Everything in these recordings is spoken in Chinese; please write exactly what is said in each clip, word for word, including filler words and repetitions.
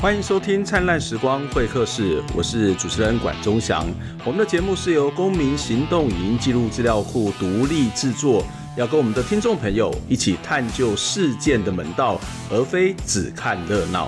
欢迎收听灿烂时光会客室，我是主持人管中祥。我们的节目是由公民行动影音记录资料库独立制作，要跟我们的听众朋友一起探究事件的门道，而非只看热闹。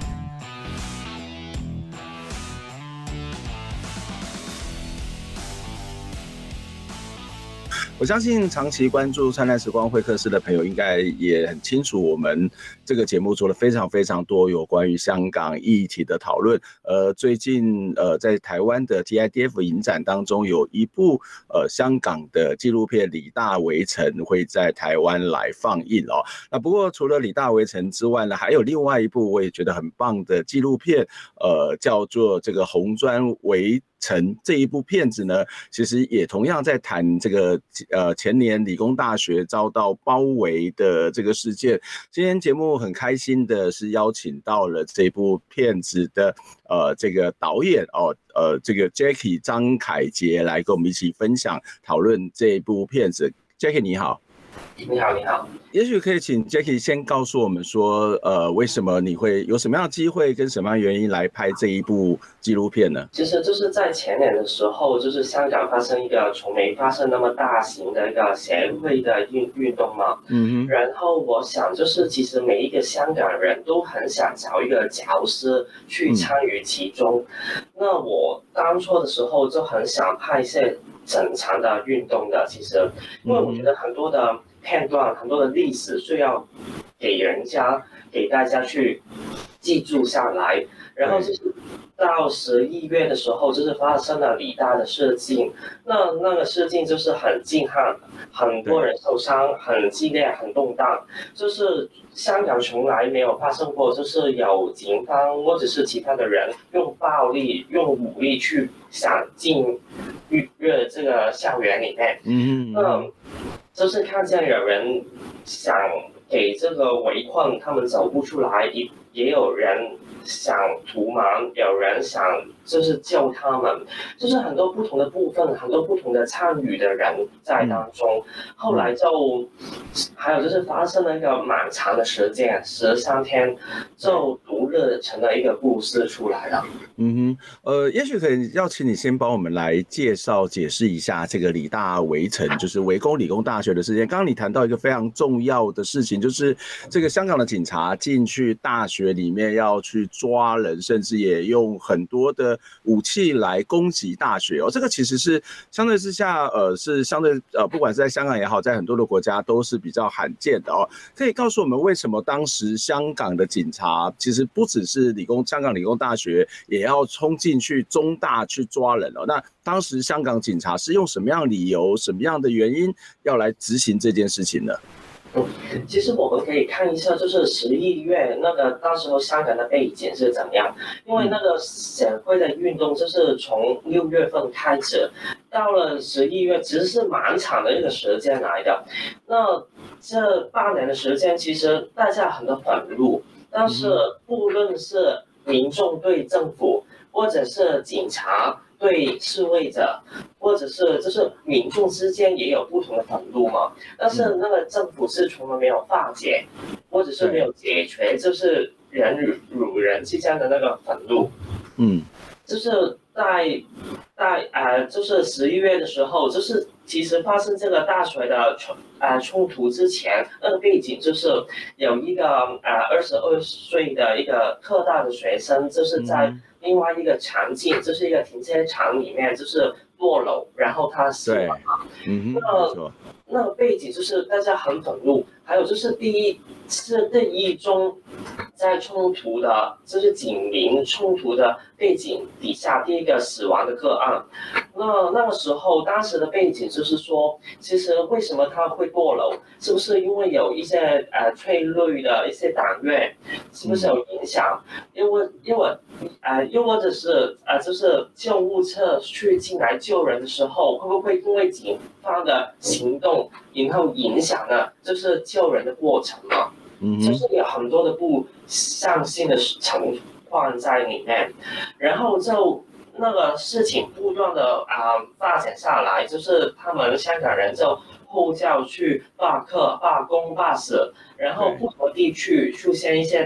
我相信长期关注灿烂时光会客室的朋友应该也很清楚，我们这个节目做了非常非常多有关于香港议题的讨论。呃，最近呃在台湾的 T I D F 影展当中，有一部呃香港的纪录片《李大围城》会在台湾来放映哦。那不过除了《李大围城》之外呢，还有另外一部我也觉得很棒的纪录片，呃，叫做这个《红砖围城》这一部片子呢，其实也同样在谈这个呃前年理工大学遭到包围的这个事件。今天节目很开心的是邀请到了这部片子的呃这个导演哦呃这个 Jackie 张凯杰来跟我们一起分享讨论这部片子。Jackie 你好。 你好，你好。 也许可以请 Jackie 先告诉我们说，呃，为什么你会有什么样的机会跟什么样的原因来拍这一部纪录片呢？ 其实就是在前年的时候，就是香港发生一个从没发生那么大型的一个协会的运运动嘛。嗯哼。然后我想，就是其实每一个香港人都很想找一个角色去参与其中。嗯、那我当初的时候就很想拍一些整场的运动的，其实因为我觉得很多的片段、很多的历史需要给人家、给大家去记住下来。然后就是到十一月的时候，就是发生了李大的事情。那那个事情就是很震撼，很多人受伤，很激烈，很动荡。就是香港从来没有发生过，就是有警方或者是其他的人用暴力、用武力去想进入这个校园里面。嗯，那就是看见有人想给这个围困，他们走不出来，也也有人想图盲，有人想就是救他们，就是很多不同的部分，很多不同的参与的人在当中。后来就还有就是发生了一个蛮长的时间，十三天，就独立成了一个故事出来了。 嗯哼，呃，也许可以邀请你先帮我们来介绍、解释一下这个李大围城，就是围攻理工大学的事件。刚刚你谈到一个非常重要的事情，就是这个香港的警察进去大学里面要去抓人，甚至也用很多的武器来攻击大学哦。这个其实是相对之下，呃，是相对呃，不管是在香港也好，在很多的国家都是比较罕见的哦。可以告诉我们为什么当时香港的警察其实不只是理工香港理工大学，也要冲进去中大去抓人哦？那当时香港警察是用什么样的理由、什么样的原因要来执行这件事情呢？ 嗯，其实我们可以看一下，就是十一月那个当时候香港的背景是怎么样。因为那个协会的运动就是从六月份开始，到了十一月，其实是蛮长的一个时间来的。那这半年的时间，其实大家很多愤怒，但是不论是民众对政府，或者是警察对示威者，或者是就是民众之间也有不同的愤怒嘛，但是那个政府是从来没有化解，或者是没有解决，就是人与人之间的那个愤怒。嗯，就是在在呃，就是十一月的时候，就是其实发生这个大学的冲呃冲突之前，那个背景就是有一个呃二十二岁的一个特大的学生，就是在另外一个场景，就是一个停车场里面，就是落楼，然后他死亡了。嗯，那那个背景就是大家很愤怒，还有就是第一是第一宗在冲突的，就是警民冲突的背景底下第一个死亡的个案。那那个时候当时的背景就是说，其实为什么他会堕楼，是不是因为有一些呃退路的一些党员，是不是有影响？因为因为呃又或者是呃就是救护车去进来救人的时候，会不会因为警方的行动然后影响了就是救人的过程嘛？嗯，就是有很多的不相信的情况在里面，然后就那个事情不断的啊、呃、发展下来，就是他们香港人就呼叫去罢课、罢工、罢市，然后不同地区出现一些堵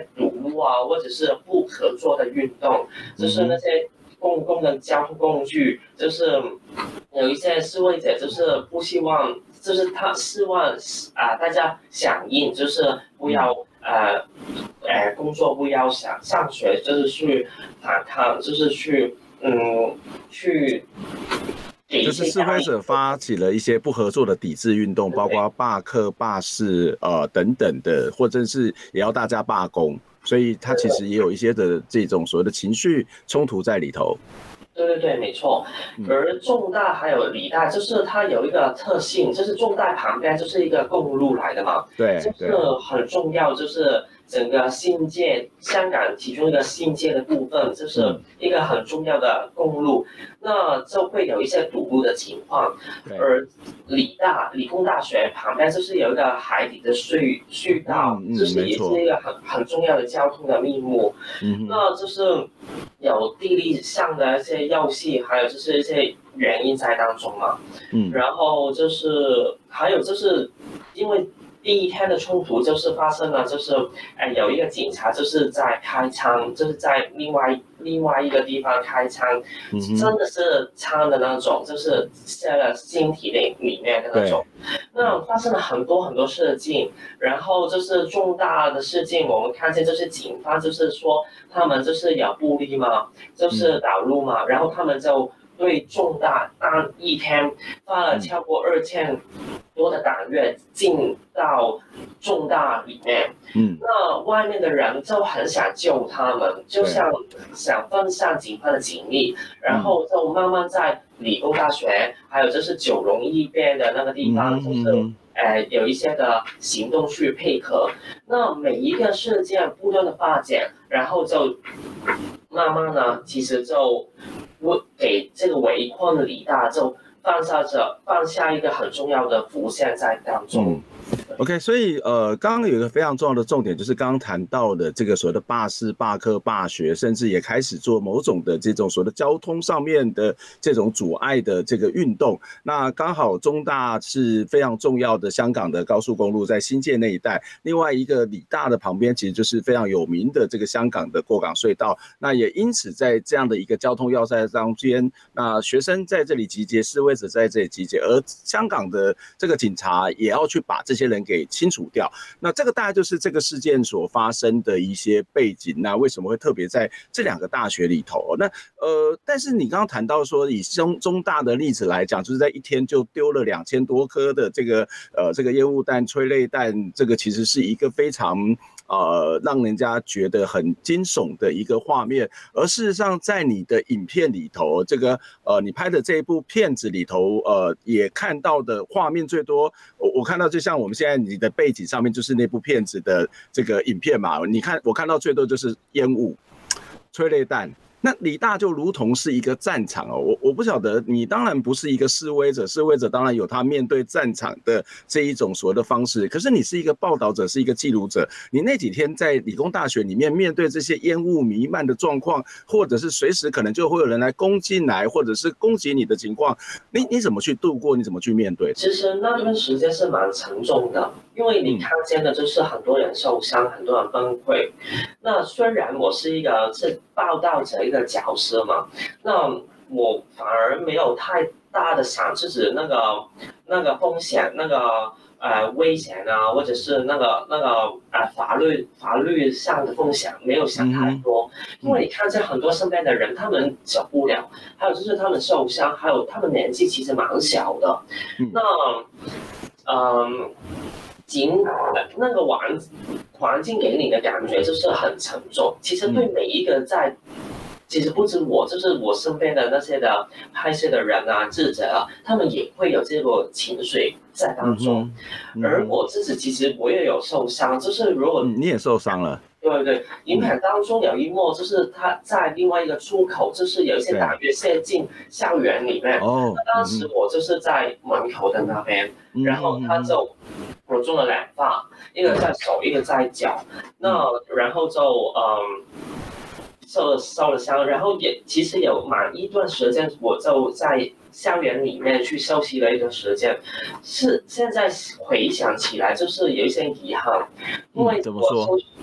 路啊，或者是不合作的运动，就是那些公共的交通工具，就是有一些示威者就是不希望，就是他希望啊、呃、大家响应，就是不要呃呃工作不要想上学，就是去反抗，就是去嗯去。 就是示威者发起了一些不合作的抵制运动，包括罢课、罢市呃等等的，或者是也要大家罢工，所以它其实也有一些的这种所谓的情绪冲突在里头。 对对对，没错。而重大还有理大，就是它有一个特性，就是重大旁边就是一个公路来的嘛， 对， 就是很重要，就是整个新界香港其中一个新界的部分，就是一个很重要的公路，那就会有一些堵路的情况。而理大理工大学旁边就是有一个海底的隧隧道， 嗯嗯、 就是也是一个很很重要的交通的密目。 嗯、 那就是有地理上的一些要系，还有就是一些原因在当中嘛。 嗯， 然后就是还有就是因为第一天的冲突就是发生了，就是哎有一个警察就是在开枪，就是在另外另外一个地方开枪，嗯、真的是枪的那种，就是射了心体里里面的那种。那发生了很多很多事情，然后就是重大的事情，我们看见就是警方就是说他们就是有暴力嘛，就是导入嘛，嗯、然后他们就对重大当一天发了超过二千多的党员进到重大里面，嗯，那外面的人就很想救他们，就像想分散警方的警力，然后就慢慢在理工大学，还有就是九龙一边的那个地方，就是。呃，有一些的行动去配合，那每一个事件不断的发展，然后就慢慢呢，其实就我给这个围困的理大就放下着放下一个很重要的浮现在当中。嗯 OK， 所以呃，刚刚有一个非常重要的重点，就是刚刚谈到的这个所谓的罢市、罢课、罢学，甚至也开始做某种的这种所谓的交通上面的这种阻碍的这个运动。那刚好中大是非常重要的香港的高速公路，在新界那一带，另外一个理大的旁边，其实就是非常有名的这个香港的过港隧道。那也因此在这样的一个交通要塞当中，那学生在这里集结，示威者在这里集结，而香港的这个警察也要去把这些人给清除掉。那这个大概就是这个事件所发生的一些背景。那为什么会特别在这两个大学里头？那呃，但是你刚刚谈到说，以中中大的例子来讲，就是在一天就丢了两千多颗的这个呃这个烟雾弹、催泪弹，这个其实是一个非常。呃，让人家觉得很惊悚的一个画面，而事实上，在你的影片里头，这个呃，你拍的这一部片子里头，呃，也看到的画面最多，我我看到就像我们现在你的背景上面就是那部片子的这个影片嘛，你看我看到最多就是烟雾、催泪弹。那理大就如同是一个战场哦，我我不晓得，你当然不是一个示威者，示威者当然有他面对战场的这一种所谓的方式，可是你是一个报道者，是一个记录者，你那几天在理工大学里面面对这些烟雾弥漫的状况，或者是随时可能就会有人来攻进来，或者是攻击你的情况，你你怎么去度过？你怎么去面对？ 其实那段时间是蛮沉重的，因为你看见的就是很多人受伤，很多人崩溃。那虽然我是一个是报道者一个角色嘛，那我反而没有太大的想自己那个那个风险，那个呃危险啊，或者是那个那个呃法律法律上的风险，没有想太多。嗯、因为你看见很多身边的人，他们走不了，还有就是他们受伤，还有他们年纪其实蛮小的。嗯、那嗯。尽那个环环境给你的感觉就是很沉重，其实对每一个在，其实不止我，就是我身边的那些的拍摄的人啊、记者啊，他们也会有这个情绪在当中。嗯嗯、而我自己其实我也有受伤，就是如果、 嗯、你也受伤了。 对对，影片当中有一幕，就是他在另外一个出口，就是有一些党员射进校园里面。哦，那当时我就是在门口的那边，嗯、然后他就我中了两发，一个在手，一个在脚。那然后就嗯受了受了伤，然后也其实有蛮一段时间，我就在校园里面去休息了一段时间。是现在回想起来，就是有一些遗憾，因为嗯、怎么说？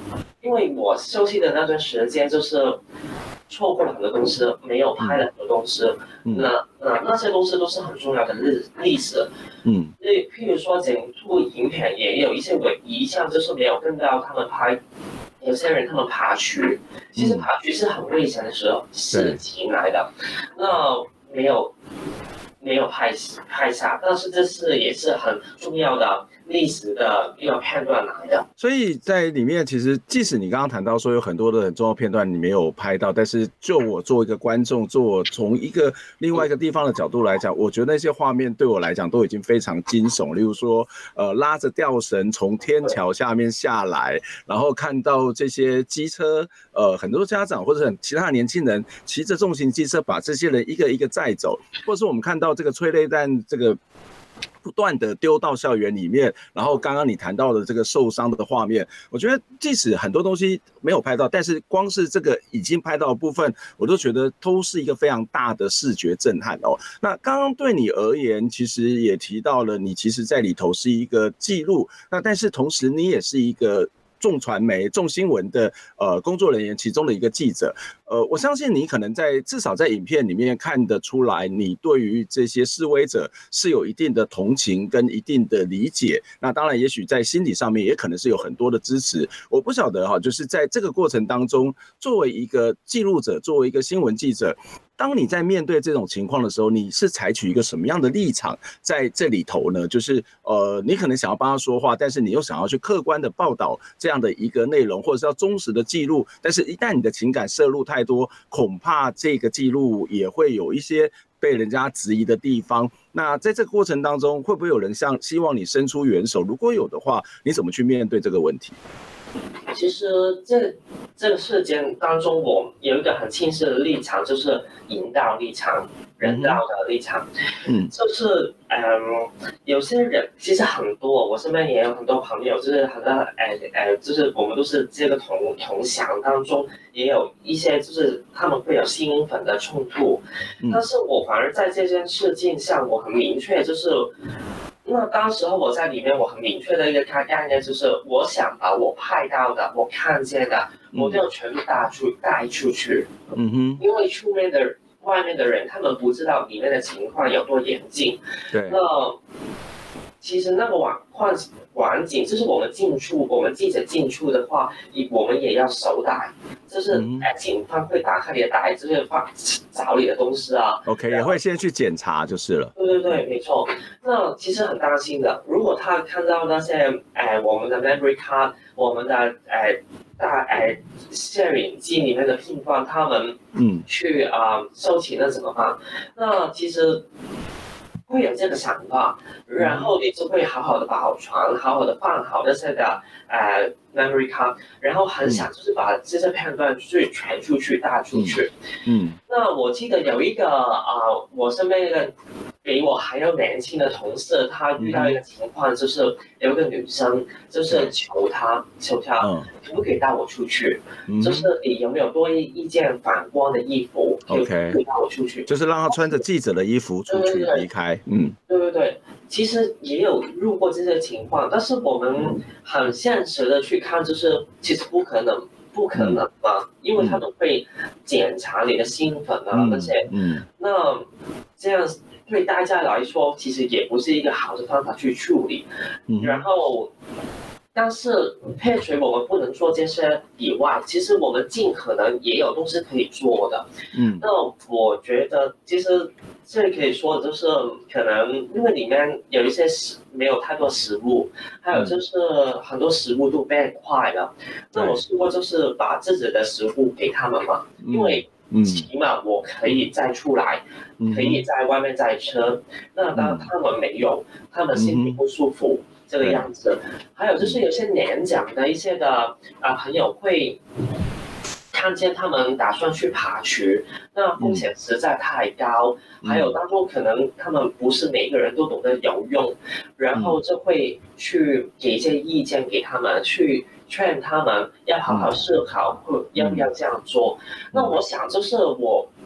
因为我休息的那段时间就是错过了很多东西，没有拍了很多东西，嗯、那那那些东西都是很重要的历历史。嗯，譬如说整部影片也有一些违遗项，就是没有跟到他们拍。有些人他们爬渠，其实爬渠是很危险的时候事情来的，那没有没有拍拍下，但是这是也是很重要的历史的一个片段来的。 所以在里面，其实即使你刚刚谈到说有很多的很重要片段你没有拍到，但是就我作为一个观众，做我从一个另外一个地方的角度来讲，我觉得那些画面对我来讲都已经非常惊悚。例如说，呃，拉着吊绳从天桥下面下来，然后看到这些机车，呃，很多家长或者很其他的年轻人骑着重型机车把这些人一个一个载走，或者是我们看到这个催泪弹这个不断的丢到校园里面，然后刚刚你谈到的这个受伤的画面，我觉得即使很多东西没有拍到，但是光是这个已经拍到的部分，我都觉得都是一个非常大的视觉震撼哦。那刚刚对你而言，其实也提到了，你其实在里头是一个记录，那但是同时你也是一个重传媒、重新闻的呃工作人员，其中的一个记者。呃，我相信你可能在至少在影片里面看得出来，你对于这些示威者是有一定的同情跟一定的理解。那当然，也许在心理上面也可能是有很多的支持。我不晓得哈，就是在这个过程当中，作为一个记录者，作为一个新闻记者，当你在面对这种情况的时候，你是采取一个什么样的立场在这里头呢？就是呃，你可能想要帮他说话，但是你又想要去客观的报道这样的一个内容，或者是要忠实的记录，但是一旦你的情感摄入太多，恐怕这个记录也会有一些被人家质疑的地方。那在这个过程当中，会不会有人像希望你伸出援手？如果有的话，你怎么去面对这个问题？ 其实这这个事件当中，我有一个很清晰的立场，就是人道立场、人道的立场。嗯，就是嗯，有些人其实很多，我身边也有很多朋友，就是很多哎哎，就是我们都是这个同同乡当中，也有一些就是他们会有新粉的冲突，嗯、但是我反而在这件事情上，我很明确，就是。那当时候我在里面，我很明确的一个概念就是，我想把我拍到的、我看见的，我都要全部带出带出去。嗯哼，因为出面的、外面的人，他们不知道里面的情况有多严峻。对。那其实那个环环环境，就是我们进出，我们记者进出的话，我们也要手带，就是哎，警方会打开你的袋子，就是放找你的东西啊。 OK， 也会先去检查就是了。 对对对，没错。那其实很担心的，如果他看到那些哎我们的 memory card， 我们的哎大哎摄影机里面的片段，他们嗯去啊、呃、收起那怎么办？那其实。会有这个想法，然后你就会好好的保存，好好的放好这些的呃 memory card， 然后很想就是把这些片段去传出去、带出去。嗯，那我记得有一个啊、呃，我身边一个比我还要年轻的同事，他遇到一个情况，就是有一个女生就是求他求他可不可以带我出去，嗯、就是你有没有多一一件反光的衣服，可以可以带我出去， 就是让他穿着记者的衣服出去离开。嗯， 对对对，其实也有遇过这些情况，但是我们很现实的去看，就是其实不可能，不可能嘛，嗯、因为他们会检查你的身份啊、嗯、那些，嗯，那这样对大家来说，其实也不是一个好的方法去处理，嗯、然后。但是撇除我们不能做这些以外，其实我们尽可能也有东西可以做的。嗯，那我觉得其实这可以说的就是，可能因为里面有一些食没有太多食物，还有就是很多食物都被坏了。嗯、那我试过就是把自己的食物给他们嘛，嗯、因为起码我可以再出来，嗯、可以在外面再吃。那当然他们没有，他们心里不舒服。嗯这个样子，还有就是有些年长的一些的啊、呃、朋友会看见他们打算去爬渠，那风险实在太高，嗯、还有当中可能他们不是每个人都懂得游泳，然后就会去给一些意见给他们，去劝他们要好好思考，或要不要这样做。嗯、那我想就是我。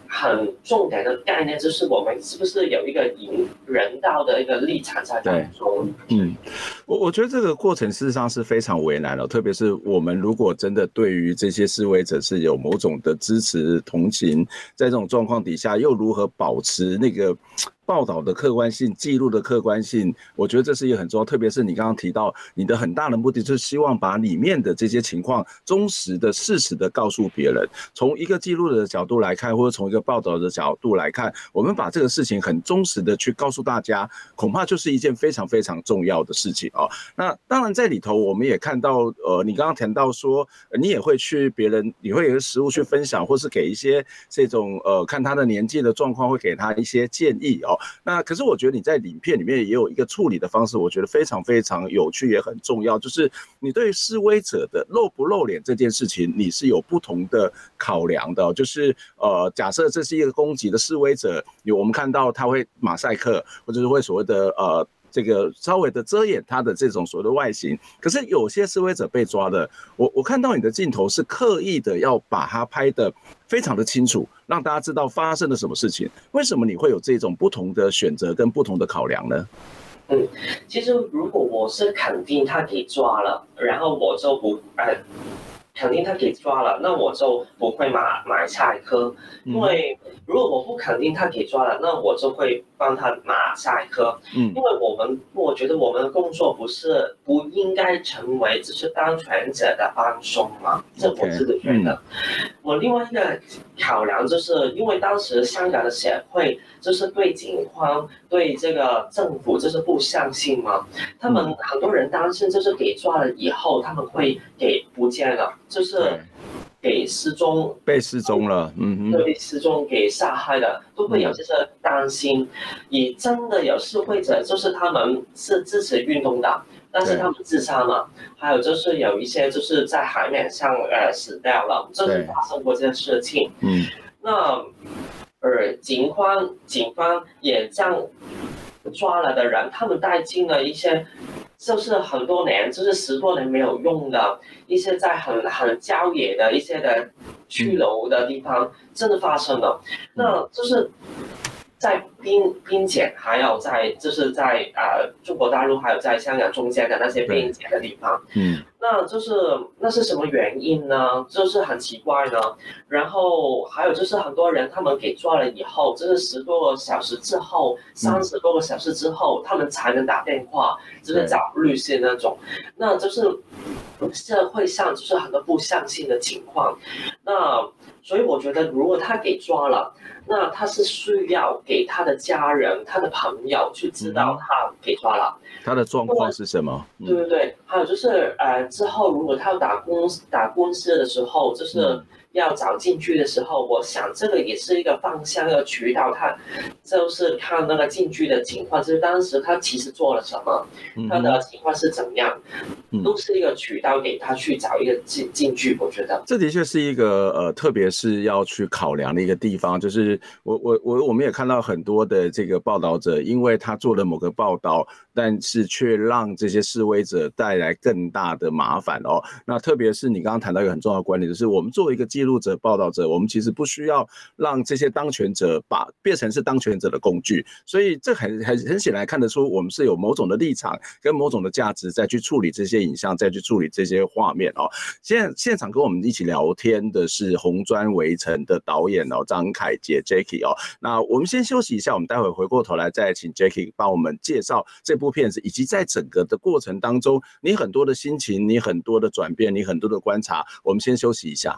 很重点的概念，就是我们是不是有一个引人道的一个立场在当中？ 嗯，我我觉得这个过程事实上是非常为难的，特别是我们如果真的对于这些示威者是有某种的支持、同情，在这种状况底下，又如何保持那个报道的客观性、记录的客观性？我觉得这是一个很重要，特别是你刚刚提到，你的很大的目的就是希望把里面的这些情况忠实的、事实的告诉别人。从一个记录的角度来看，或者从一个报道的角度来看，我们把这个事情很忠实的去告诉大家，恐怕就是一件非常非常重要的事情哦。那当然在里头，我们也看到，呃，你刚刚谈到说，你也会去别人，你会有一个实物去分享，或是给一些这种呃，看他的年纪的状况，会给他一些建议哦。那可是我觉得你在影片里面也有一个处理的方式，我觉得非常非常有趣，也很重要，就是你对于示威者的露不露脸这件事情，你是有不同的考量的、哦。就是呃，假设这是一个攻击的示威者，有我们看到他会马赛克，或者是会所谓的呃。这个稍微的遮掩他的这种所谓的外形，可是有些示威者被抓的，我我看到你的镜头是刻意的要把它拍得非常的清楚，让大家知道发生了什么事情。为什么你会有这种不同的选择跟不同的考量呢？ 嗯，其实如果我是肯定他给抓了，然后我就不呃。肯定他给抓了，那我就不会买买下一颗，因为如果我不肯定他给抓了，那我就会帮他买下一颗。嗯，因为我们我觉得我们的工作不是不应该成为只是当权者的帮凶嘛，这我自己觉得。Okay, 嗯、我另外一个考量就是因为当时香港的社会就是对警方对这个政府就是不相信嘛，他们很多人担心就是给抓了以后他们会给不见了。就是给失踪， 被失踪了，嗯哼， 对，失踪给杀害的，都会有这些担心。也真的有示威者，就是他们是支持运动的，但是他们自杀嘛。还有就是有一些就是在海面上呃死掉了，就是发生过这件事情。嗯，那呃，警方警方也将抓了的人，他们带进了一些。就是很多年，就是十多年没有用的一些在很很郊野的一些的拘留的地方，真的发生了。那就是在边边检，还有在就是在呃中国大陆，还有在香港中间的那些边检的地方。嗯，那就是那是什么原因呢？就是很奇怪呢。然后还有就是很多人他们给抓了以后，就是十多个小时之后，三十多个小时之后，他们才能打电话，就是找律师那种。那就是社会上就是很多不相信的情况。那所以我觉得，如果他给抓了，那他是需要给他的家人、他的朋友去知道他给抓了。 他的状况是什么？ 对对对，还有就是呃，之后如果他要打官司打官司的时候，就是要找禁区的时候，我想这个也是一个方向，一个渠道。他就是看那个禁区的情况，就是当时他其实做了什么，他的情况是怎么样，都是一个渠道给他去找一个禁禁区。我觉得这的确是一个呃，特别是要去考量的一个地方。就是我我我我们也看到很多的这个报道者，因为他做了某个报道，但是却让这些示威者带来更大的麻烦哦。那特别是你刚刚谈到一个很重要的观点，就是我们作为一个记录者、报道者，我们其实不需要让这些当权者把变成是当权者的工具。所以这很很很显然看得出，我们是有某种的立场跟某种的价值再去处理这些影像，再去处理这些画面哦。现在现场跟我们一起聊天的是《红砖围城》的导演哦，张凯杰 Jackie 哦。那我们先休息一下，我们待会回过头来再请 Jackie 帮我们介绍这部片子，以及在整个的过程当中，你很多的心情，你很多的转变，你很多的观察。我们先休息一下。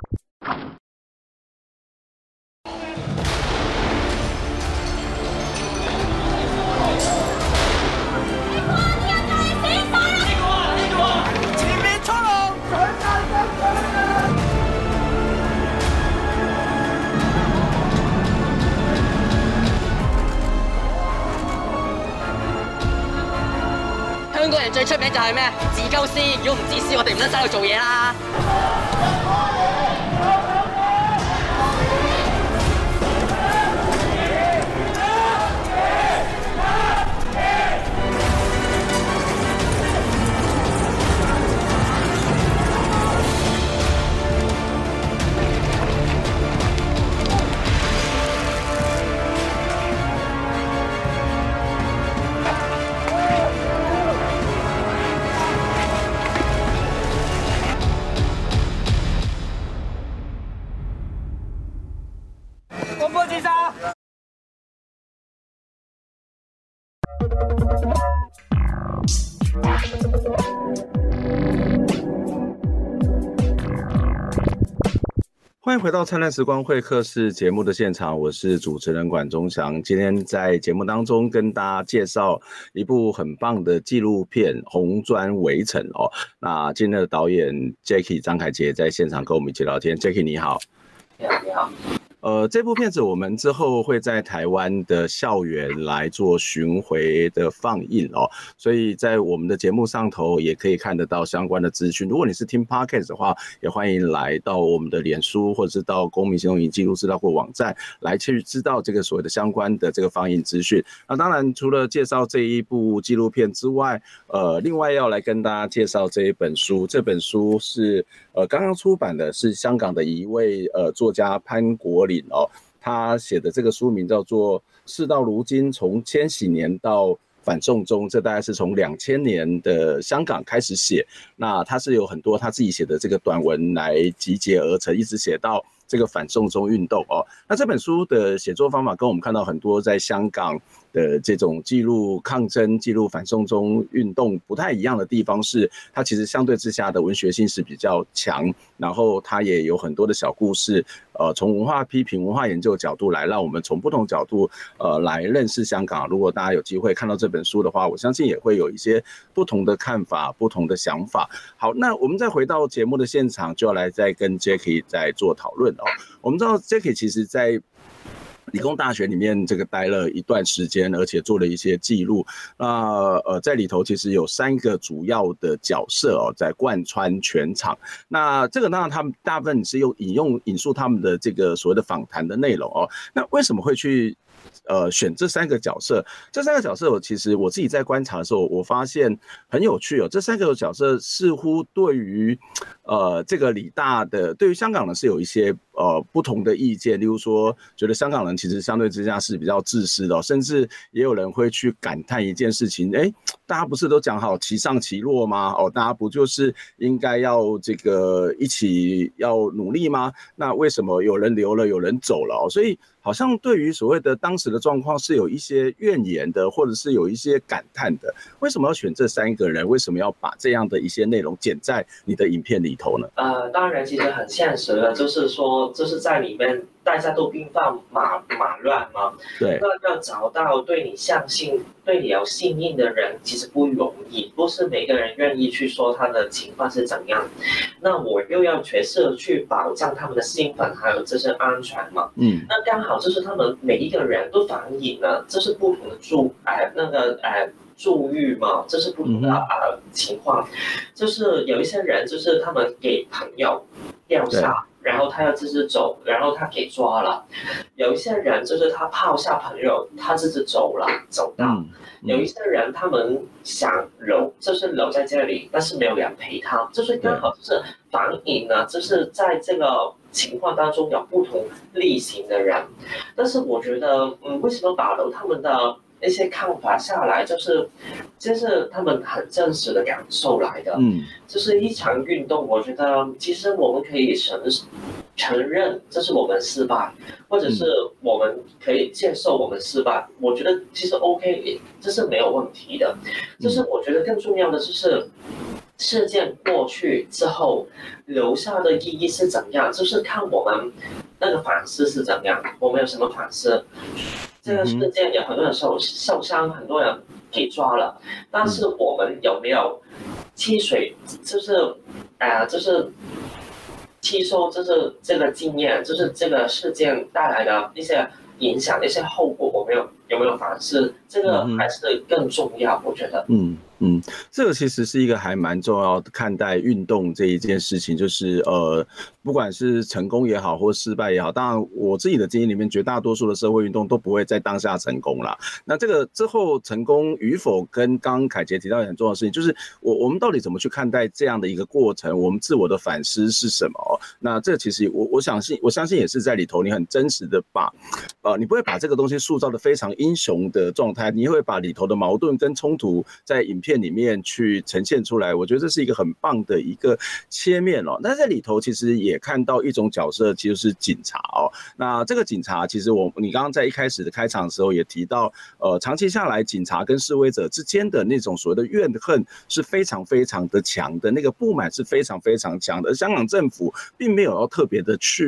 香港人最出名就係咩？自鳩私，如果唔自私，我哋唔得使度做嘢啦。 欢迎回到灿烂时光会客室节目的现场，我是主持人管中祥。今天在节目当中跟大家介绍一部很棒的纪录片《红砖围城》哦。那今天的导演 Jacky 张凯杰在现场跟我们一起聊天。Jacky 你好。 你好，你好。 呃，这部片子我们之后会在台湾的校园来做巡回的放映哦，所以在我们的节目上头也可以看得到相关的资讯。如果你是听 Podcast 的话，也欢迎来到我们的脸书或者是到公民行动营记录资料库网站来去知道这个所谓的相关的这个放映资讯。那当然，除了介绍这一部纪录片之外，呃，另外要来跟大家介绍这一本书。这本书是呃刚刚出版的，是香港的一位呃作家潘国林哦，他写的这个书名叫做《事到如今，从千禧年到反送中》，这大概是从两千年的香港开始写。那他是有很多他自己写的这个短文来集结而成，一直写到这个反送中运动哦。那这本书的写作方法跟我们看到很多在香港的这种记录抗争、记录反送中运动不太一样的地方是，它其实相对之下的文学性是比较强，然后它也有很多的小故事，呃，从文化批评、文化研究的角度来让我们从不同角度呃来认识香港。如果大家有机会看到这本书的话，我相信也会有一些不同的看法、不同的想法。好，那我们再回到节目的现场，就要来再跟 Jacky 再做讨论哦。我们知道 Jacky 其实在理工大学里面这个待了一段时间，而且做了一些记录。那呃，在里头其实有三个主要的角色哦，在贯穿全场。那这个当然他们大部分是用引用引述他们的这个所谓的访谈的内容哦。那为什么会去呃选这三个角色？这三个角色我其实我自己在观察的时候，我发现很有趣哦。这三个角色似乎对于呃这个理大的，对于香港人是有一些呃不同的意见。例如说，觉得香港人其实相对之下是比较自私的哦，甚至也有人会去感叹一件事情：哎，大家不是都讲好其上其落吗？哦，大家不就是应该要这个一起要努力吗？那为什么有人留了，有人走了哦？所以好像对于所谓的当时的状况是有一些怨言的，或者是有一些感叹的。为什么要选这三个人？为什么要把这样的一些内容剪在你的影片里头呢？ 呃，当然，其实很现实的，就是说，就是在里面大家都兵荒马马乱嘛。 对。 那要找到对你相信、对你有信任的人，其实不容易，不是每个人愿意去说他的情况是怎样。那我又要角色去保障他们的兴奋，还有这些安全嘛。嗯。那刚好就是他们每一个人都反映了，这是不同的住哎那个哎。住狱嘛，这是不同的呃情况，就是有一些人就是他们给朋友钓下，然后他要自己走，然后他给抓了；有一些人就是他抛下朋友，他自己走了，走到；嗯嗯、有一些人他们想留，就是留在这里，但是没有人陪他，就是刚好就是反映了，就是在这个情况当中有不同类型的人，但是我觉得，嗯，为什么保留他们的一些看法下来，就是这是他们很真实的感受来的。嗯，就是一场运动，我觉得其实我们可以承承认这是我们失败，或者是我们可以接受我们失败。我觉得其实 OK， 这是没有问题的。就是我觉得更重要的就是事件过去之后留下的意义是怎样，就是看我们那个反思是怎样，我们有什么反思。这个事件有很多人受受伤，很多人给抓了，但是我们有没有吸水，就是啊、呃，就是吸收，就是这个经验，就是这个事件带来的一些影响、一些后果，我们有有没有反思？这个还是更重要，我觉得。嗯嗯，这个其实是一个还蛮重要的看待运动这一件事情，就是呃，不管是成功也好，或失败也好，当然我自己的经验里面，绝大多数的社会运动都不会在当下成功啦。那这个之后成功与否，跟刚刚凯杰提到很重要的事情，就是我我们到底怎么去看待这样的一个过程，我们自我的反思是什么？那这其实我我相信，我相信也是在里头，你很真实的把，呃，你不会把这个东西塑造的非常英雄的状态，你会把里头的矛盾跟冲突在影片里面去呈现出来，我觉得这是一个很棒的一个切面哦。那在里头其实也看到一种角色，其实是警察哦。那这个警察其实我你刚刚在一开始的开场的时候也提到，呃，长期下来警察跟示威者之间的那种所谓的怨恨是非常非常的强的，那个不满是非常非常强的，而香港政府并没有要特别的去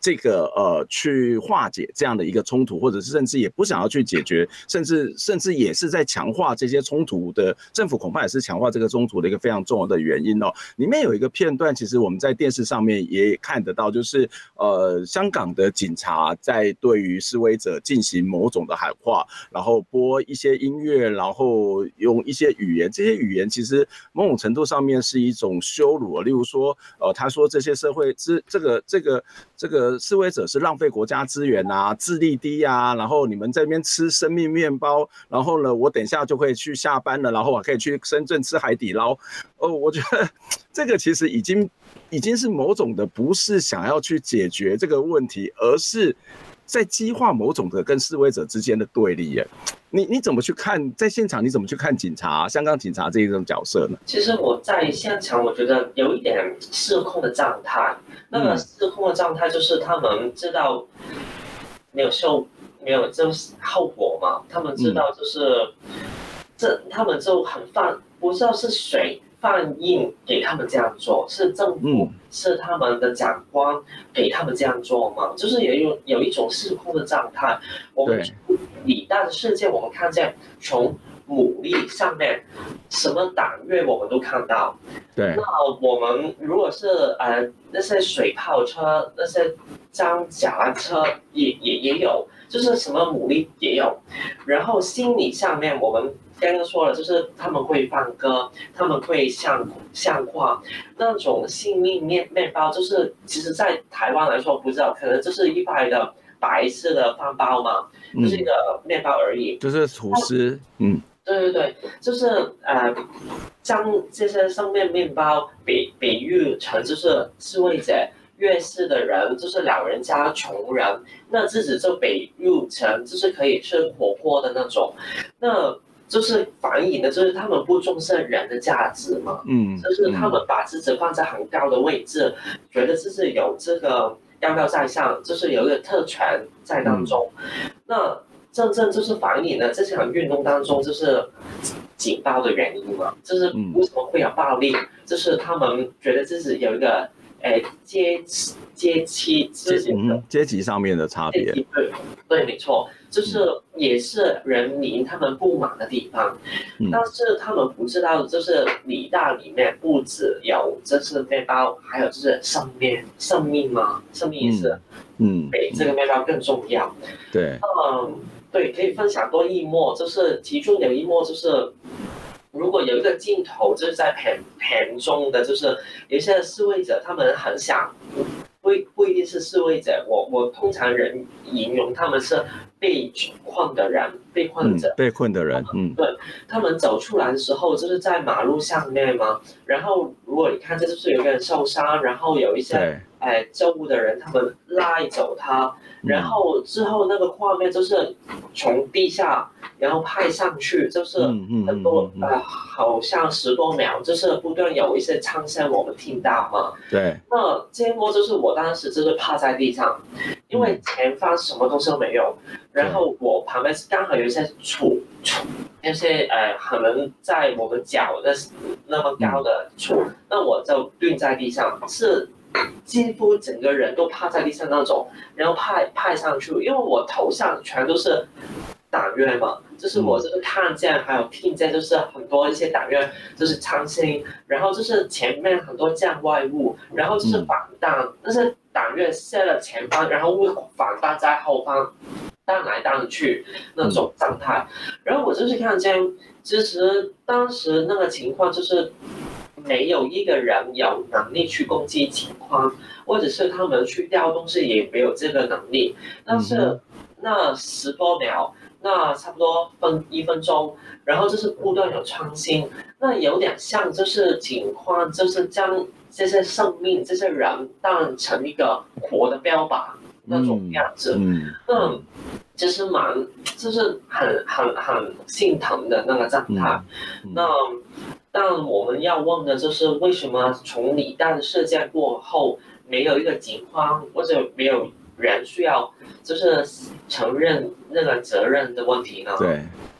这个呃去化解这样的一个冲突，或者是甚至也不想要去解决，甚至甚至也是在强化这些冲突的，政府恐怕也是强化这个冲突的一个非常重要的原因哦。里面有一个片段，其实我们在电视上面也看得到，就是呃香港的警察在对于示威者进行某种的喊话，然后播一些音乐，然后用一些语言，这些语言其实某种程度上面是一种羞辱，例如说，呃，他说这些社会这这个这个这个示威者是浪费国家资源啊，智力低啊，然后你们在那边吃生命面包，然后呢，我等一下就会去下班了，然后我可以去深圳吃海底捞。哦，我觉得这个其实已经已经是某种的，不是想要去解决这个问题，而是在激化某种的跟示威者之间的对立耶。你你怎么去看，在现场你怎么去看警察、香港警察这一种角色呢？ 其实我在现场，我觉得有一点失控的状态。那个失控的状态就是他们知道没有受没有就是后果嘛，他们知道就是、嗯、这他们就很放，不知道是谁放映给他们这样做，是政府、嗯、是他们的长官给他们这样做吗？就是有一有一种失控的状态。我们李大的事件，我们看见从武力上面，什么党员我们都看到。 对。 那我们如果是呃那些水炮车、那些装甲蓝车也也也有，就是什么武力也有。然后心理上面，我们刚刚说了，就是他们会放歌，他们会像像画那种心命面面包，就是其实在台湾来说，不知道可能就是一块的白色的饭包嘛，就是一个面包而已， 就是吐司，嗯。 对对对，就是呃，将这些上面面包比比喻成就是示威者弱势的人，就是老人家、穷人，那自己就比喻成就是可以吃火锅的那种，那就是反映的就是他们不重视人的价值嘛，嗯，就是他们把自己放在很高的位置，嗯、觉得自己有这个高高在上，就是有一个特权在当中，嗯、那。真正就是反映了这场运动当中就是警暴的原因嘛，就是为什么会有暴力，嗯、就是他们觉得自己有一个诶阶阶级阶级阶级上面的差别， 对对，没错，就是也是人民他们不满的地方，嗯、但是他们不知道，就是理大里面不只有就是面包，还有就是生命，生命嘛，生命也是，嗯，比这个面包更重要， 对， 嗯。对，可以分享多一幕，就是其中有一幕就是，如果有一个镜头就是在片片中的，就是有一些示威者，他们很想，不不一定是示威者，我我通常人形容他们是被困的人，被困者， 嗯、被困的人，嗯， 对，他们走出来的时候就是在马路上面嘛，然后如果你看这就是有个人受伤，然后有一些哎救护的人他们拉走他。然后之后那个画面就是从地下，然后拍上去，就是很多、嗯嗯嗯、呃，好像十多秒，就是不断有一些枪声我们听到嘛。 对。 那这一幕就是我当时就是趴在地上，因为前方什么东西都没有，然后我旁边刚好有一些树，那些呃可能在我们脚的那么高的树，嗯、那我就蹲在地上是。几乎整个人都趴在地上那种，然后拍拍上去，因为我头上全都是党员嘛，就是我就是看见还有听见，就是很多一些党员就是枪声，然后就是前面很多降外物，然后就是反弹，但是党员射了前方，然后反弹在后方，荡来荡去那种状态，然后我就是看见，其实当时那个情况就是。没有一个人有能力去攻击情况，或者是他们去调动是也没有这个能力。但是那十多秒，那差不多分一分钟，然后就是不断有创新，那有点像就是情况，就是将这些生命、这些人当成一个活的标靶那种样子。嗯，嗯就是蛮，就是很很很心疼的那个状态。嗯、那。但我们要问的就是为什么从李大的事件过后，没有一个警方或者没有人需要就是承认那个责任的问题呢？ 对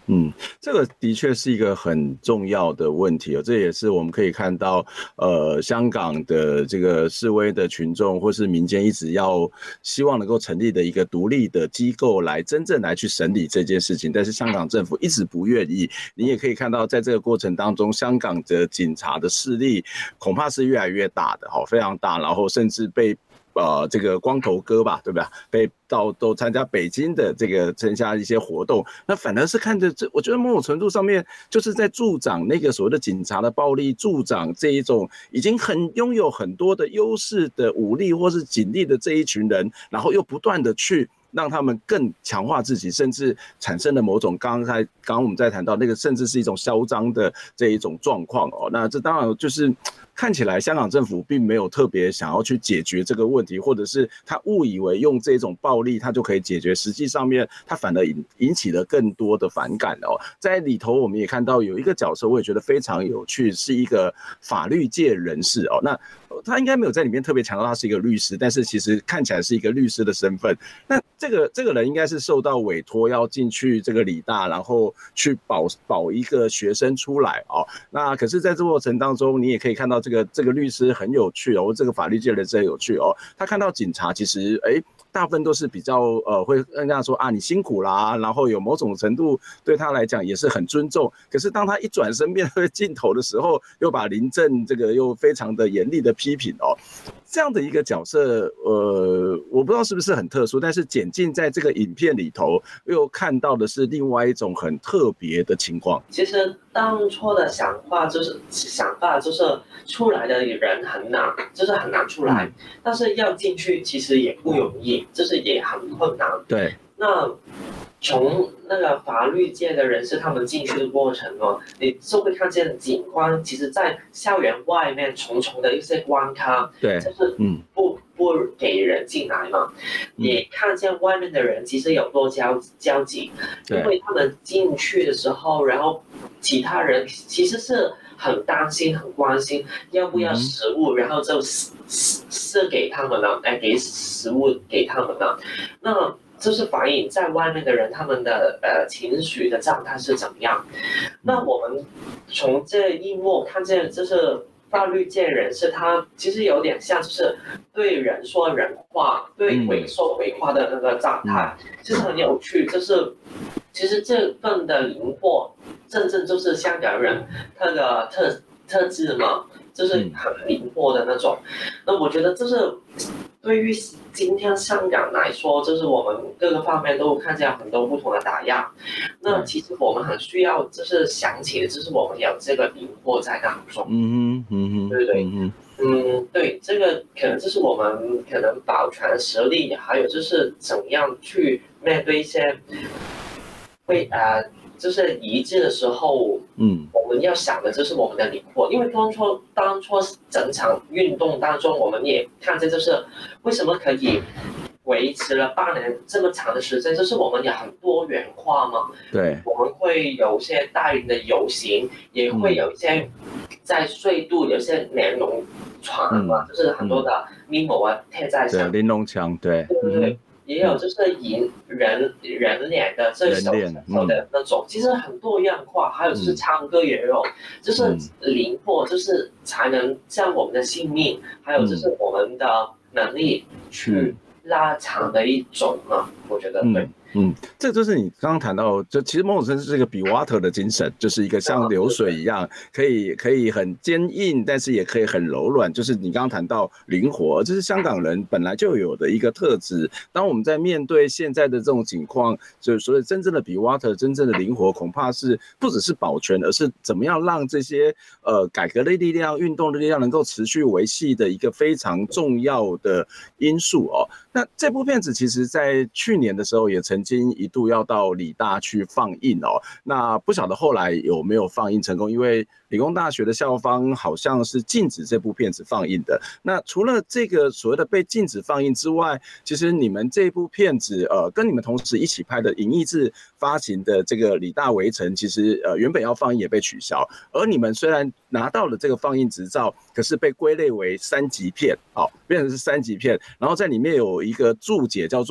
嗯，这个的确是一个很重要的问题哦，这也是我们可以看到，呃，香港的这个示威的群众或是民间一直要希望能够成立的一个独立的机构来真正来去审理这件事情，但是香港政府一直不愿意。你也可以看到，在这个过程当中，香港的警察的势力恐怕是越来越大的，非常大，然后甚至被。呃，这个光头哥吧，对吧？被到都参加北京的这个参加一些活动，那反而是看着这，我觉得某种程度上面就是在助长那个所谓的警察的暴力，助长这一种已经很拥有很多的优势的武力或是警力的这一群人，然后又不断的去。让他们更强化自己，甚至产生了某种刚才刚刚我们在谈到那个，甚至是一种嚣张的这一种状况哦。那这当然就是看起来香港政府并没有特别想要去解决这个问题，或者是他误以为用这种暴力他就可以解决，实际上面他反而引引起了更多的反感哦。在里头我们也看到有一个角色，我也觉得非常有趣，是一个法律界人士哦。那他应该没有在里面特别强调他是一个律师，但是其实看起来是一个律师的身份。那这个这个人应该是受到委托要进去这个理大，然后去保保一个学生出来哦。那可是在这过程当中，你也可以看到这个这个律师很有趣哦，这个法律界人士很有趣哦。他看到警察其实哎。大部分都是比较呃会跟他说啊你辛苦啦，然后有某种程度对他来讲也是很尊重。可是当他一转身面对镜头的时候，又把林郑这个又非常的严厉的批评哦。这样的一个角色，呃，我不知道是不是很特殊，但是简进在这个影片里头又看到的是另外一种很特别的情况。 其实当初的想法就是想法就是出来的人很难，就是很难出来，嗯、但是要进去其实也不容易，就是也很困难。 对， 那从那个法律界的人士他们进去的过程呢，你就会看见警官其实在校园外面重重的一些关卡， 对， 就是不、嗯、不给人进来嘛。也看见外面的人其实有多焦焦急，因为他们进去的时候，然后其他人其实是很担心、很关心要不要食物，嗯、然后就是给他们了，哎，给食物给他们了。那就是反映在外面的人他们的呃情绪的状态是怎么样。那我们从这一幕看见，就是法律界人士他其实有点像就是对人说人话，对鬼说鬼话的那个状态，嗯、就是很有趣。就是其实这份的灵活，真正就是香港人他的特特质嘛，就是很灵活的那种。那我觉得这是。对于今天香港来说，就是我们各个方面都看见很多不同的打压。那其实我们很需要，就是想起的，就是我们有这个灵活在当中。 嗯哼，嗯哼， 对对，嗯嗯，对，这个可能就是我们可能保全实力，还有就是怎样去面对一些会呃。就是一致的时候，嗯，我们要想的就是我们的灵活，因为当初当初整场运动当中，我们也看见就是为什么可以维持了八年这么长的时间，就是我们也很多元化嘛。 对， 我们会有一些大型的游行，也会有一些在隧道有一些连龙船嘛，嗯、就是很多的密谋啊贴在上面， 对，玲珑墙，对， 对对对。嗯也有就是以人人脸的这手手的那种，其实很多样化，还有就是唱歌也有，就是灵活，就是才能将我们的性命，还有就是我们的能力去拉长的一种嘛，我觉得对。 嗯，这就是你刚刚谈到，就其实某种程度是一个比 water 的精神，就是一个像流水一样，可以可以很坚硬，但是也可以很柔软。就是你刚刚谈到灵活，这是香港人本来就有的一个特质。当我们在面对现在的这种情况，就是所以真正的比 water 真正的灵活，恐怕是不只是保全，而是怎么样让这些呃改革的力量、运动的力量能够持续维系的一个非常重要的因素哦。那这部片子其实在去年的时候也曾经一度要到理大去放映哦，那不晓得后来有没有放映成功，因为理工大学的校方好像是禁止这部片子放映的。那除了这个所谓的被禁止放映之外，其实你们这部片子呃跟你们同时一起拍的尹益智发行的这个理大围城，其实呃原本要放映也被取消，而你们虽然拿到了这个放映执照，可是被归类为三级片，好、哦，变成是三级片，然后在里面有一个注解叫做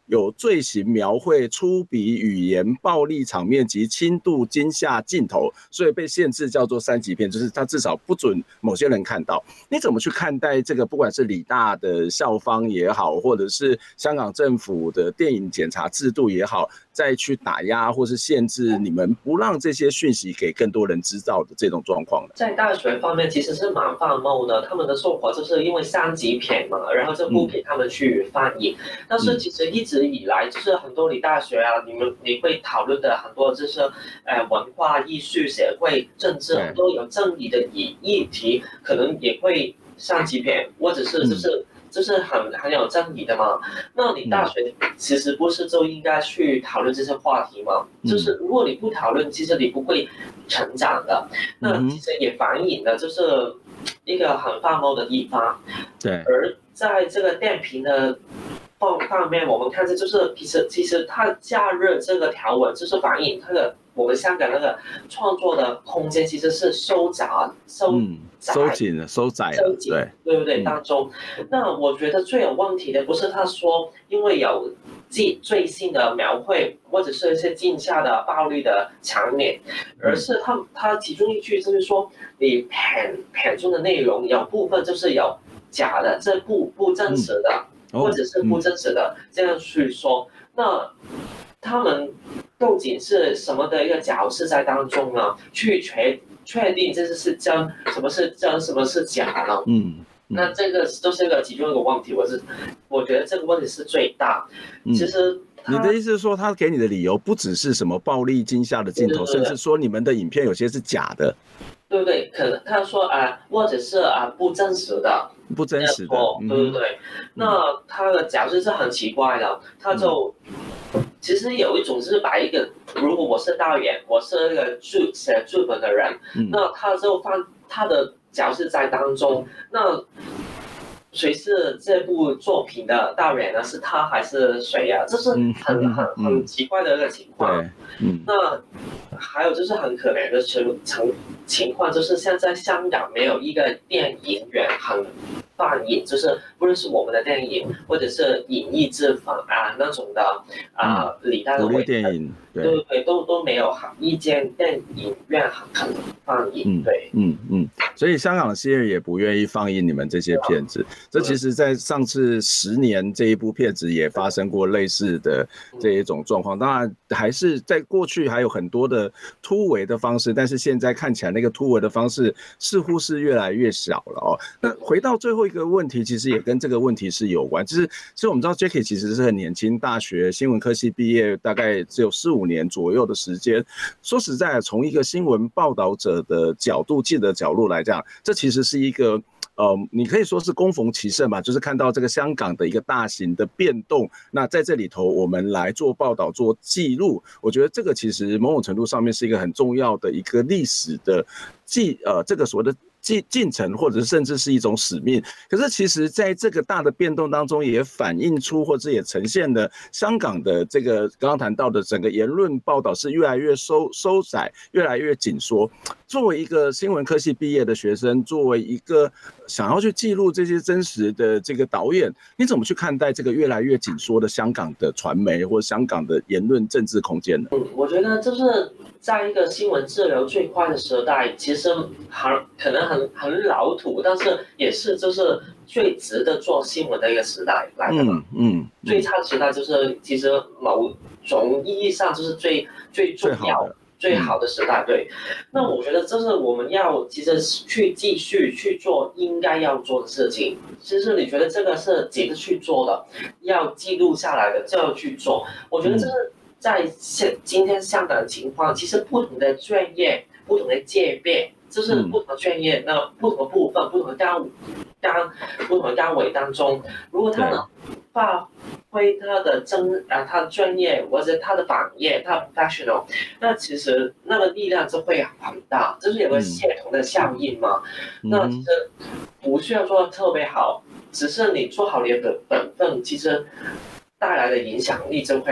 有罪行描绘粗鄙语言、暴力场面及轻度惊吓镜头，所以被限制叫做三级片，就是它至少不准某些人看到。你怎么去看待这个？不管是理大的校方也好，或者是香港政府的电影检查制度也好，再去打压或是限制你们不让这些讯息给更多人知道的这种状况呢？ 在大学方面其实是蛮放梦的，他们的做法就是因为三级片嘛，然后就不给他们去翻译。嗯、但是其实一直以来，就是很多理大学啊，你们你会讨论的很多就是呃文化艺术、社会、政治很多有争议的议议题，可能也会三级片，或者是就是。嗯就是很很有争议的嘛，那你大学其实不是就应该去讨论这些话题吗？嗯、就是如果你不讨论，其实你不会成长的。那其实也反映了就是一个很放猫的地方。 对。 而在这个电瓶的方方面，我们看这就是其实其实它加入这个条文，就是反映它的我们香港那个创作的空间其实是收窄收。嗯收紧了，收窄了，对对不对？当中，嗯、那我觉得最有问题的不是他说因为有最最新的描绘或者是一些惊吓的暴力的场面，而是他他其中一句就是说，你片片中的内容有部分就是有假的，这不不真实的，嗯、或者是不真实的，嗯、这样去说，那他们究竟是什么的一个角色在当中呢？去确确定这是真，什么是真，什么是假呢？嗯，嗯那这个都是一个其中一个问题，我是我觉得这个问题是最大。嗯、其实你的意思是说，他给你的理由不只是什么暴力惊吓的镜头，对对对甚至说你们的影片有些是假的， 对不对？可能他说啊、呃，或者是啊、呃、不真实的， 不真实的， 嗯、对不对？那他的角色是很奇怪的，他就。嗯其实有一种是把一个，如果我是导演，我是那个剧写剧本的人，嗯、那他就放他的角色在当中，那谁是这部作品的导演呢？是他还是谁呀、啊？这是很很很奇怪的一个情况。嗯、那还有就是很可怜的情情情况，就是现在香港没有一个电影院很。放映就是不论是我们的电影或者是影艺制放啊那种的啊理大的独立电影， 对对对，都都没有一间电影院很放映，对， 嗯嗯，所以香港的 C R 也不愿意放映你们这些片子。这其实，在上次十年这一部片子也发生过类似的这一种状况。当然，还是在过去还有很多的突围的方式，但是现在看起来那个突围的方式似乎是越来越少了哦。那回到最后一个问题，其实也跟这个问题是有关，就是其实我们知道 Jackie 其实是很年轻，大学新闻科系毕业，大概只有四五年左右的时间。说实在，从一个新闻报道者的角度、记者角度来讲，这其实是一个。呃，你可以说是恭逢其盛吧，就是看到这个香港的一个大型的变动，那在这里头我们来做报道、做记录，我觉得这个其实某种程度上面是一个很重要的一个历史的记呃这个所谓的。进程，或者甚至是一种使命。可是其实在这个大的变动当中，也反映出或者也呈现了香港的这个刚刚谈到的整个言论报道是越来越收收窄，越来越紧缩。作为一个新闻科系毕业的学生，作为一个想要去记录这些真实的这个导演，你怎么去看待这个越来越紧缩的香港的传媒或香港的言论政治空间呢？ 嗯，我觉得就是在一个新闻滞留最快的时代，其实很可能很很老土，但是也是就是最值得做新闻的一个时代来的嘛。嗯，嗯最差的时代就是其实某种意义上就是最最重要。最好的时代，对。那我觉得这是我们要其实去继续去做应该要做的事情。其实你觉得这个是值得去做的，要记录下来的就要去做。我觉得这是在今天香港的情况，其实不同的专业、不同的界别，就是不同的专业、那不同的部分、不同的岗岗、不同的岗位当中，如果他能发挥他的真啊，他的专业或者他的行业，他的 professional， 那其实那个力量就会很大，就是有个协同的效应嘛。嗯、那其实不需要做得特别好，只是你做好你的本分，其实带来的影响力就会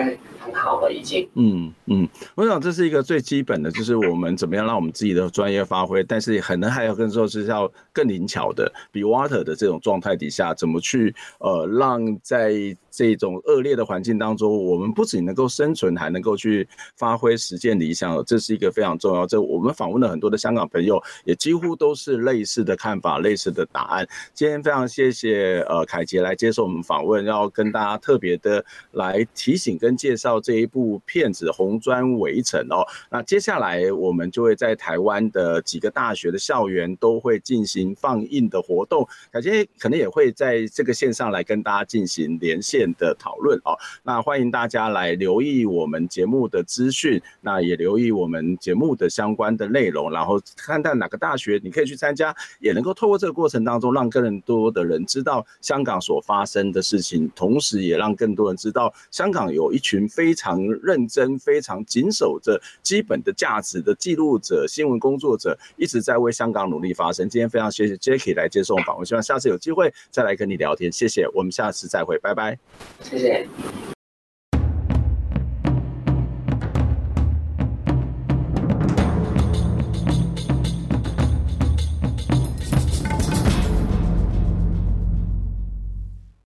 很好了已经。 嗯嗯，我想这是一个最基本的，就是我们怎么样让我们自己的专业发挥，但是可能还有更多是要更灵巧的，比 Water 的这种状态底下，怎么去呃让在这种恶劣的环境当中，我们不仅能够生存，还能够去发挥实践理想，这是一个非常重要。这我们访问了很多的香港朋友，也几乎都是类似的看法、类似的答案。今天非常谢谢呃凯杰来接受我们访问，要跟大家特别的来提醒跟介绍这一部片子《红砖围城》哦。那接下来我们就会在台湾的几个大学的校园都会进行放映的活动，凯杰可能也会在这个线上来跟大家进行连线的讨论哦。那欢迎大家来留意我们节目的资讯，那也留意我们节目的相关的内容，然后看看哪个大学你可以去参加，也能够透过这个过程当中让更多的人知道香港所发生的事情，同时也让更多人知道香港有一群非常认真、非常谨守着基本的价值的记录者、新闻工作者，一直在为香港努力发声。今天非常谢谢 Jackie 来接受访问，希望下次有机会再来跟你聊天。谢谢，我们下次再会，拜拜。 谢谢。